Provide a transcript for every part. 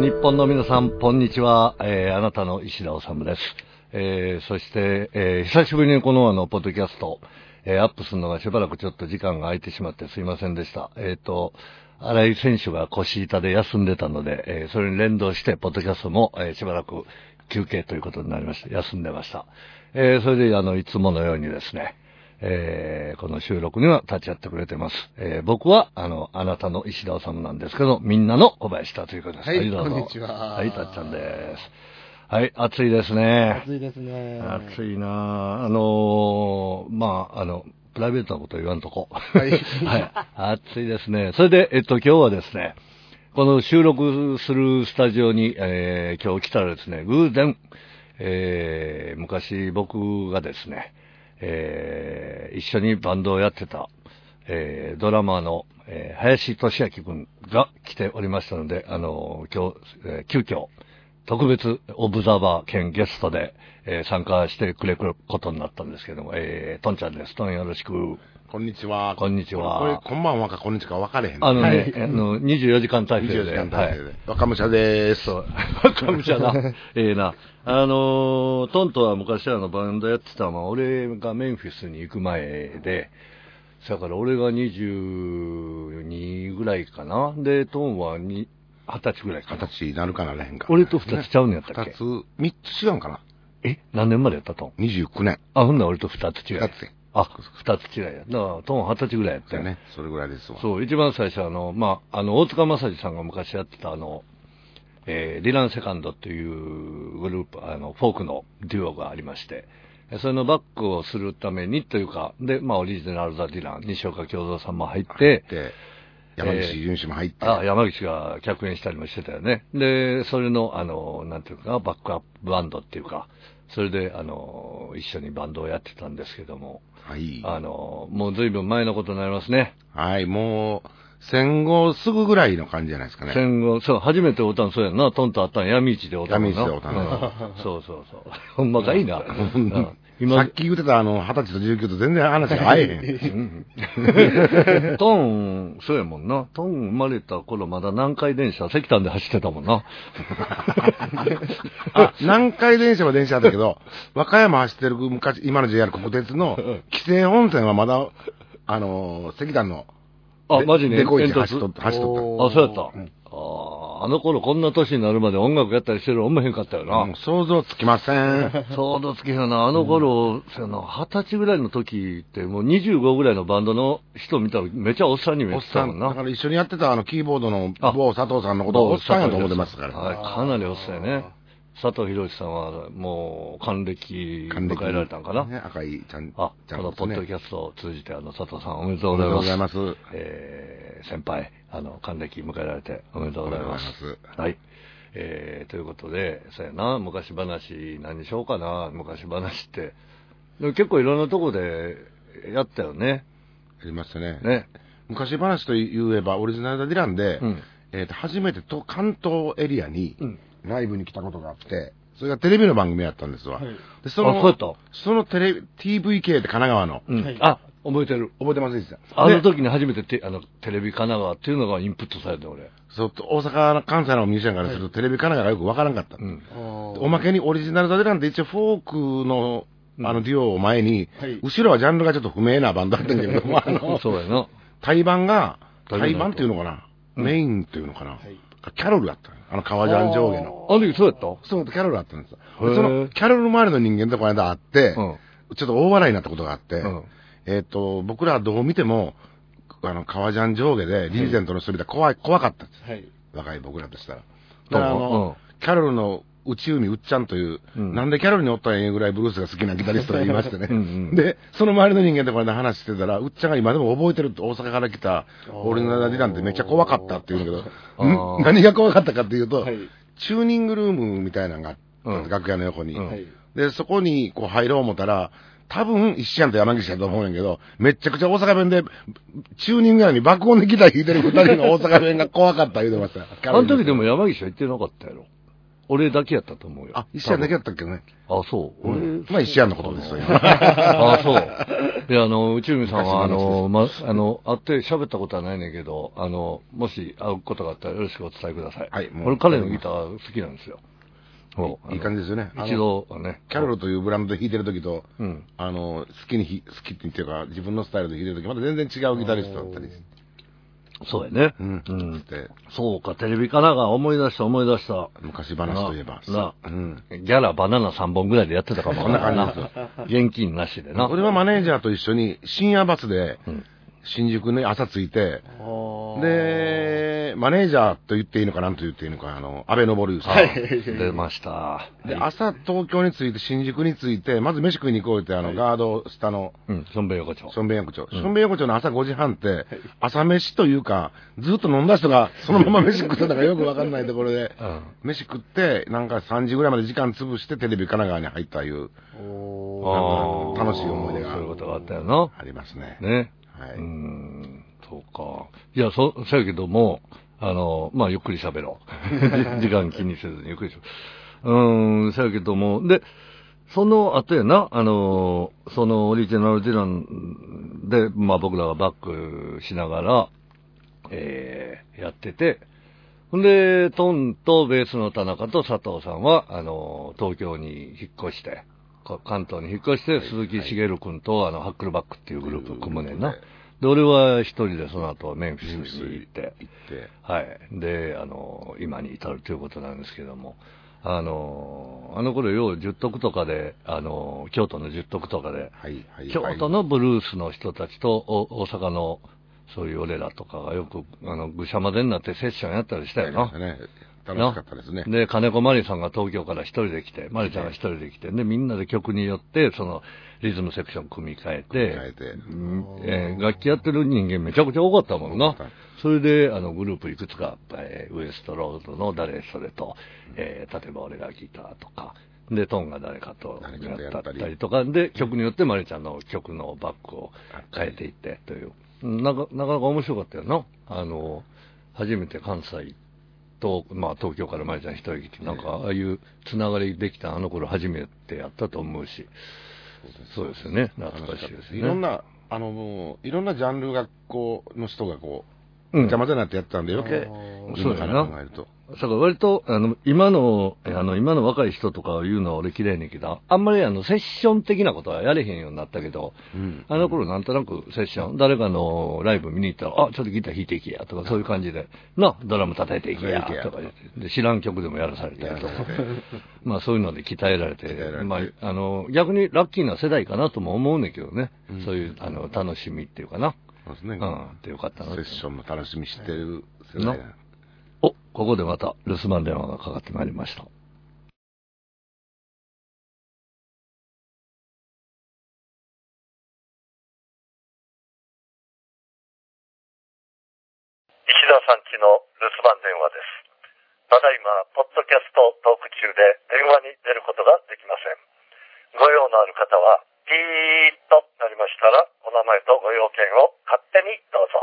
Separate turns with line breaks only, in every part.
日本の皆さん、こんにちは。あなたの石田治です。そして、久しぶりにこのポッドキャスト、アップするのがしばらくちょっと時間が空いてしまってすいませんでした。新井選手が腰痛で休んでたので、それに連動して、ポッドキャストも、しばらく休憩ということになりました。休んでました。それで、いつものようにですね、この収録には立ち会ってくれてます。僕は、あなたの石田治なんですけど、みんなの小林田ということです。
はい、
どうぞ。
こんにちは。
はい、たっちゃんです。はい、暑いですね。
暑いですね。
暑いなプライベートなこと言わんとこ。
はい。
はい、暑いですね。それで、今日はですね、この収録するスタジオに、今日来たらですね、偶然、昔僕がですね、一緒にバンドをやってた、ドラマーの、林俊明君が来ておりましたので、今日、急遽、特別オブザーバー兼ゲストで、参加してくれることになったんですけども、トンちゃんです。トンよろしく。
こんにちは。
こんにちは。
これ、こんばんはかこんにちはか分かれへん。
24時間体制で。
24時間体制で。若武者でーす。
そう。若武者な。な。トンとは昔バンドやってたのは、俺がメンフィスに行く前で、だから俺が22ぐらいかな。で、トンは20歳ぐらいかな。
20歳になるかならへんか。
俺と2つちゃうんやったっけ？
3つ違うんかな。
何年までやったトン？
29年。
ほんなら俺と2つ違い。
2つ。
2つ違いや。だから、トン20歳ぐらいやったよ
ね。それぐらいですわ。
そう、一番最初大塚正治さんが昔やってたリランセカンドっていうグループ、フォークのデュオがありまして、それのバックをするためにというか、で、オリジナルザ・ディラン、西岡京三さんも入って、
山岸淳氏も入って。
山岸が客演したりもしてたよね。で、それの、なんていうか、バックアップバンドっていうか、それで、一緒にバンドをやってたんですけども、
はい。
もう随分前のことになりますね。
はい、もう、戦後すぐぐらいの感じじゃないですかね。
戦後、そう、初めて会うたんそうやんな。トンと会ったん闇市で会うたんな。
闇市で会うたん
そう。ほんまかいいな。
さっき言ってた20歳と19と全然話が合えへ
ん。トン、そうやもんな。トン生まれた頃まだ南海電車、石炭で走ってたもんな。
南海電車は電車だったけど、和歌山走ってる今の JR 国鉄の紀勢本線はまだ、石炭の、
マジね。
デコイチ走っとった。
そうやった。あの頃こんな年になるまで音楽やったりしてる思えへんかったよな。
想像つきません。
想像つきへんな。頃、20歳ぐらいの時ってもう25ぐらいのバンドの人見たらめちゃおっさんに見えてたもんな。
だから一緒にやってたキーボードの某佐藤さんのことをおっさんやと思ってますから。
はい、かなりおっさんやね。佐藤博さんはもう還暦迎えられたんかな。
ね、赤いちゃん。
このポッドキャストを通じて佐藤さんおめでとうございます。
おめでとうございます。
先輩、還暦迎えられておめでとうございます。はい。ということで、そうやな、昔話何しようかな、昔話って。でも結構いろんなとこでやったよね。
やりましたね。
ね。
昔話といえば、オリジナルザ・ディランで、初めて関東エリアにライブに来たことがあって、それがテレビの番組やったんですわ。で、その TVK って神奈川の。
覚えてる。
覚えてますで
あの時に初めてテレビ神奈川っていうのがインプットされて、俺。
そう、大阪、関西のミュージシャンからすると、テレビ神奈川がよくわからんかった。おまけにオリジナルザ・ディランって一応フォークの、デュオを前に、後ろはジャンルがちょっと不明なバンドだったんだけども、
そうやな。
対バンっていうのかな、メインっていうのかな、キャロルだった。革ジャン上下の。
あの時そうやった？
そう、キャロルだったんですよ。その、キャロル周りの人間とこの間会って、ちょっと大笑いになったことがあって、僕らはどう見ても、革ジャン上下で、リーゼントの人見たら怖かったんです。はい。若い僕らとしたら。だからキャロルの内海うっちゃんという、なんでキャロルにおったんやぐらいブルースが好きなギタリストがいましてね。で、その周りの人間とこで話してたら、うっちゃんが今でも覚えてるって大阪から来た、オリジナルディランってめっちゃ怖かったって言うんだけど、何が怖かったかっていうと、チューニングルームみたいなのがあって、楽屋の横に。で、そこにこう入ろう思ったら、多分、石ちゃんと山岸だと思うんやけど、めっちゃくちゃ大阪弁で、チューニングなのに爆音でギター弾いてる二人の大阪弁が怖かった言うてました。
あの時でも山岸は言ってなかったやろ。 俺だけやったと思うよ。
あ、一試合だけやったっけね。
あ、そう。
まあ一試合のことですよ、今。
あ、そう。で、内海さんは、会って喋ったことはないねんけど、もし会うことがあったらよろしくお伝えください。はい、もう。俺、彼のギター好きなんですよ。
いい感じですよね。
一度ね。
キャロルというブランドで弾いてるときと、好きっていうか、自分のスタイルで弾いてるとき、また全然違うギタリストだったり。
そうやね。そうか、テレビ神奈川思い出した。
昔話といえば。
ギャラバナナ3本ぐらいでやってたかもな。現金なしでな。
俺はマネージャーと一緒に深夜バスで、新宿に朝着いて、で、マネージャーと言っていいのかなんと言っていいのか、安倍昇さん。
出ました。
で、朝東京に着いて、新宿に着いて、まず飯食いに行こうって、ガード下の、
しょんべん横丁。
しょんべん横丁の朝5時半って、朝飯というか、ずっと飲んだ人がそのまま飯食ってたかよくわかんないところで、飯食って、なんか3時ぐらいまで時間潰してテレビ神奈川に入ったいう、楽しい思い出が。
そういうことがあったよな。
ありますね。
ね。はい。そうか。いや、そうやけども、まあ、ゆっくり喋ろう。時間気にせずにゆっくりしろ。そうやけども、で、その後やな、そのオリジナルディランで、まあ僕らがバックしながら、やってて、ほんで、トンとベースの田中と佐藤さんは、東京に引っ越して、関東に引っ越して、鈴木茂君と、ハックルバックっていうグループ組むねんな。で、俺は一人でその後メンフィスに行って、はい。で、今に至るということなんですけども、あの頃よう十徳とかで、京都の十徳とかで、京都のブルースの人たちと大阪のそういう俺らとかがよく、ぐしゃ混ぜになってセッションやったりしたよな。
楽しかったですね。
で、金子まりさんが東京から一人で来て、まりちゃんが一人で来て、で、みんなで曲によって、その、リズムセクション組み替えて、楽器やってる人間めちゃくちゃ多かったもんな。それで、グループいくつか、ウエストロードの誰それと、例えば俺がギターとか、で、トンが誰かとやったりとか、で、曲によってまりちゃんの曲のバックを変えていってという。なかなか面白かったよな。初めて関西と、まあ東京からまりちゃん一人来て、なんかああいうつながりできたあの頃初めてやったと思うし。そうですよね。懐かしいですね。
いろんな、いろんなジャンル学校の人がこう、邪魔でなってやってたんで余計、
そうだな。
考えると。
だから割と、今の若い人とか言うのは俺嫌いねんけど、あんまりセッション的なことはやれへんようになったけど、あの頃なんとなくセッション、誰かのライブ見に行ったら、ちょっとギター弾いていけやとかそういう感じで、ドラム叩いていけやとか言って、で知らん曲でもやらされたりとか、まあそういうので鍛えられて、まあ、逆にラッキーな世代かなとも思うねんけどね、そういう、楽しみっていうかな。
そうですね。
ってよかったな。
セッションの楽しみ知ってる世代だ。
ここでまた留守番電話がかかってまいりました。石田さんちの留守番電話です。ただいま、ポッドキャストトーク中で電話に出ることができません。ご用のある方は、ピーッとなりましたら、お名前とご用件を勝手にどうぞ。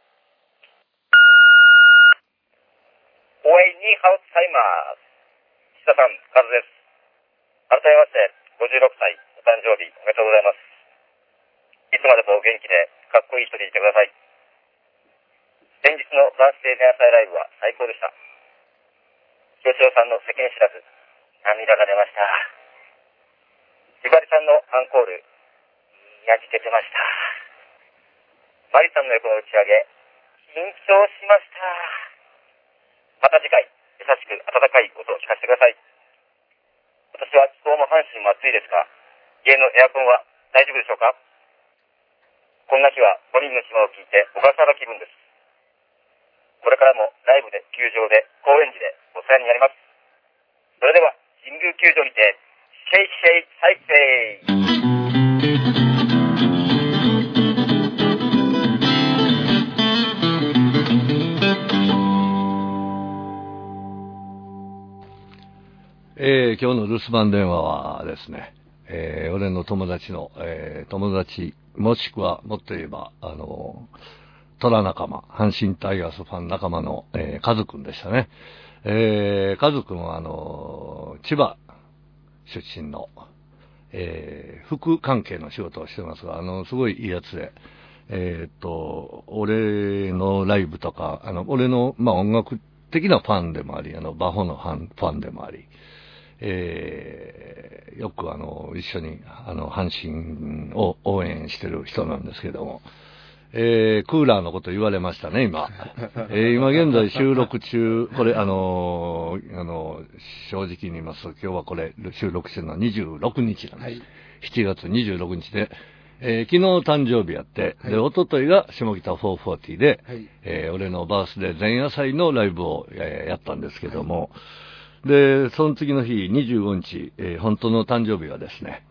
お会いにハウスタイマーズ。石田さん、カズです。改めまして、56歳、お誕生日おめでとうございます。いつまでも元気で、かっこいい人でいてください。先日のバースデー前夜祭ライブは最高でした。清志郎さんの世間知らず、涙が出ました。ひばりさんのアンコール、やじけてました。マリさんの横の打ち上げ、緊張しました。また次回、優しく温かい音を聞かせてください。私は気候も阪神も暑いですが、家のエアコンは大丈夫でしょうか？こんな日は5人の島を聞いて小笠原気分です。これからもライブで、球場で、高円寺でお世話になります。それでは、神宮球場にて、シェイシェイ再生。
今日の留守番電話はですね、俺の友達の、友達、もしくは、もっと言えば、虎仲間、阪神タイガースファン仲間の、カズくんでしたね。カズくんは、 千葉出身の、服関係の仕事をしてますが、すごいいいやつで、俺のライブとか、俺の、音楽的なファンでもあり、バホのファンでもあり、よく一緒に、阪神を応援してる人なんですけども、クーラーのこと言われましたね、今。今現在収録中、これ、正直に言いますと、今日はこれ、収録してるのは26日なんです。はい、7月26日で、昨日誕生日やって、はい、で、一昨日が下北440で、はい、俺のバースデー前夜祭のライブを、やったんですけども、はい、で、その次の日、25日、本当の誕生日はですね、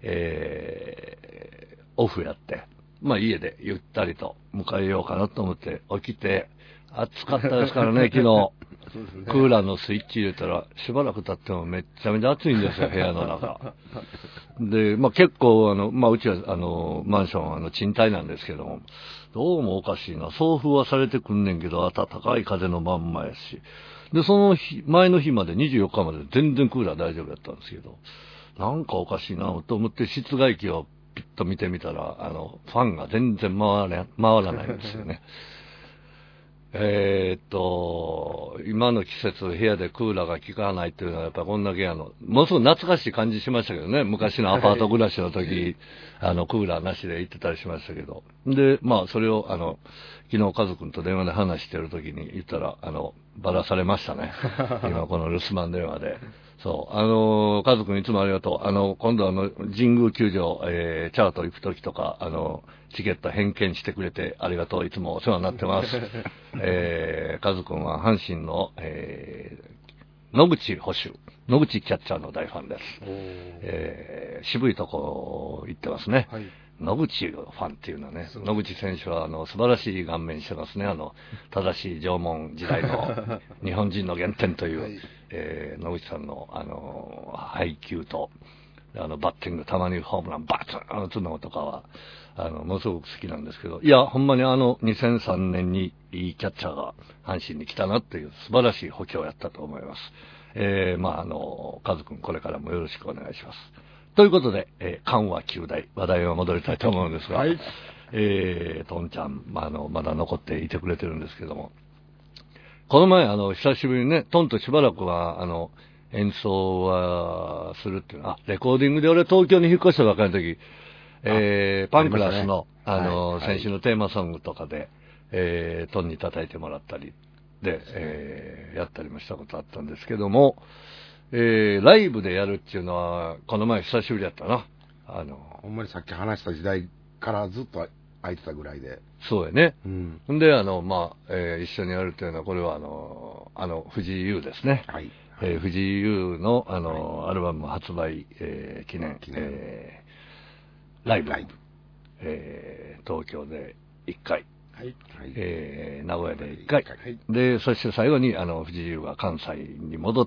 オフやって、家でゆったりと迎えようかなと思って起きて、暑かったですからね、昨日。そうですね、クーラーのスイッチ入れたら、しばらく経ってもめっちゃめちゃ暑いんですよ、部屋の中。で、結構、うちは、マンション、賃貸なんですけども、どうもおかしいな。送風はされてくんねんけど、暖かい風のまんまやし。で、その日、前の日まで、24日まで全然クーラー大丈夫やったんですけど、なんかおかしいなと思って室外機をピッと見てみたら、ファンが全然回らないんですよね。今の季節部屋でクーラーが効かないっていうのはやっぱこんだけものすごく懐かしい感じしましたけどね。昔のアパート暮らしの時、クーラーなしで行ってたりしましたけど。で、それを昨日家族と電話で話してる時に言ったら、ばらされましたね。今この留守番電話で。そう、家族にいつもありがとう。今度神宮球場、チャート行く時とか、チケット返券してくれてありがとう。いつもお世話になってます。カズ君は阪神の、野口捕手、野口キャッチャーの大ファンです。渋いとこ行ってますね。はい、野口ファンっていうのはね、野口選手は素晴らしい顔面してますね。正しい縄文時代の日本人の原点という、はい、野口さんの配球と、バッティング、たまにホームラン、バツン打つのとかは、ものすごく好きなんですけど、いや、ほんまに2003年にいいキャッチャーが阪神に来たなっていう素晴らしい補強をやったと思います。カズ君これからもよろしくお願いします。ということで、緩和9大、話題を戻りたいと思うんですが、はい、トンちゃん、まだ残っていてくれてるんですけども、この前、久しぶりにね、トンとしばらくは、演奏はするっていうレコーディングで俺東京に引っ越したばかりの時、パンクラスの、先週のテーマソングとかで、トンに叩いてもらったりで、やったりもしたことあったんですけども、ライブでやるっていうのは、この前久しぶりだったな。
ほんまにさっき話した時代からずっと空いてたぐらいで。
そうやね。うん。んで、一緒にやるというのは、これは藤井優ですね。はい。藤井優の、アルバム発売、記念、ライブ。東京で1回。はい。名古屋で1回。はい、で、そして最後に、藤井優が関西に戻って、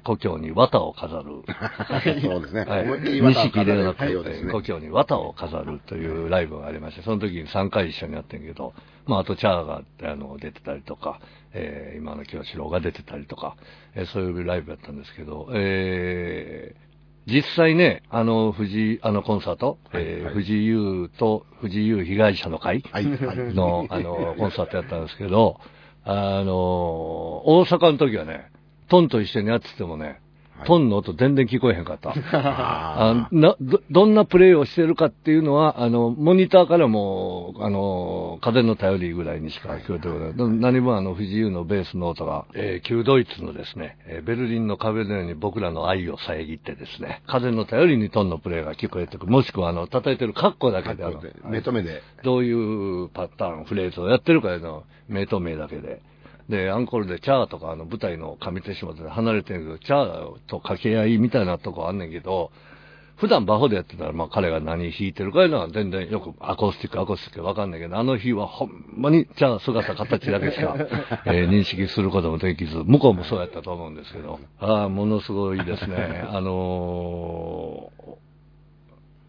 故郷に綿を飾る。
そうですね。
はい。錦ではなく、故郷に綿を飾るというライブがありまして、その時に3回一緒にやってんけど、あとチャーが、出てたりとか、今の清志郎が出てたりとか、そういうライブやったんですけど、実際ね、コンサート、藤井優と藤井優被害者の会の、コンサートやったんですけど、大阪の時はね、トンと一緒にやっててもね、トンの音全然聞こえへんかった。どんなプレイをしてるかっていうのは、モニターからも、風の頼りぐらいにしか聞こえてこない。何も藤井優のベースの音が、旧ドイツのですね、ベルリンの壁のように僕らの愛を遮ってですね、風の頼りにトンのプレイが聞こえてくる。もしくは叩いてるカッコだけで
目と目で。
どういうパターン、フレーズをやってるかの目と目だけで。で、アンコールでチャーとか舞台の上手島で離れてるけど、チャーと掛け合いみたいなとこあんねんけど、普段バホでやってたら、彼が何弾いてるかいうのは全然よくアコースティックわかんないけど、あの日はほんまにチャー姿形だけしか、認識することもできず、向こうもそうやったと思うんですけど、ものすごいですね。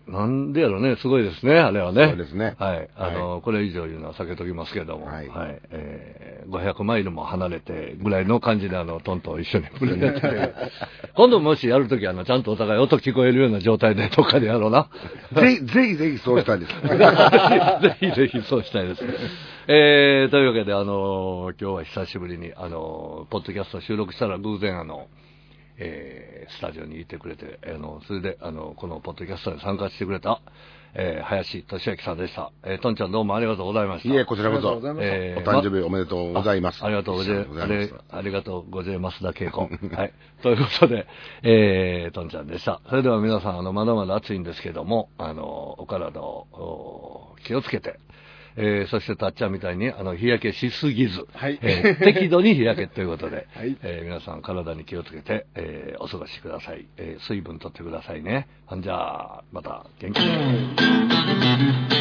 なんでやろね、すごいですね、あれはね。
そうですね。
はい。これ以上言うのは避けときますけれども、はい。500マイルも離れてぐらいの感じでトンと一緒にプレゼントで。今度もしやるときちゃんとお互い音聞こえるような状態でどっかでやろうな。
ぜひそうしたいです。
ぜひそうしたいです。というわけで、今日は久しぶりに、ポッドキャスト収録したら偶然スタジオにいてくれて、それで、このポッドキャストに参加してくれた、林俊明さんでした。トンちゃんどうもありがとうございました。
いえ、こちらこそ、お誕生日おめでとうございます。
ありがとうございます。ありがとうございますだけいこ。はい。ということで、トンちゃんでした。それでは皆さん、まだまだ暑いんですけども、お体を気をつけて、そしてたっちゃんみたいに日焼けしすぎず、はい、適度に日焼けということで、はい、皆さん体に気をつけて、お過ごしください。水分取ってくださいね。じゃあまた元気に。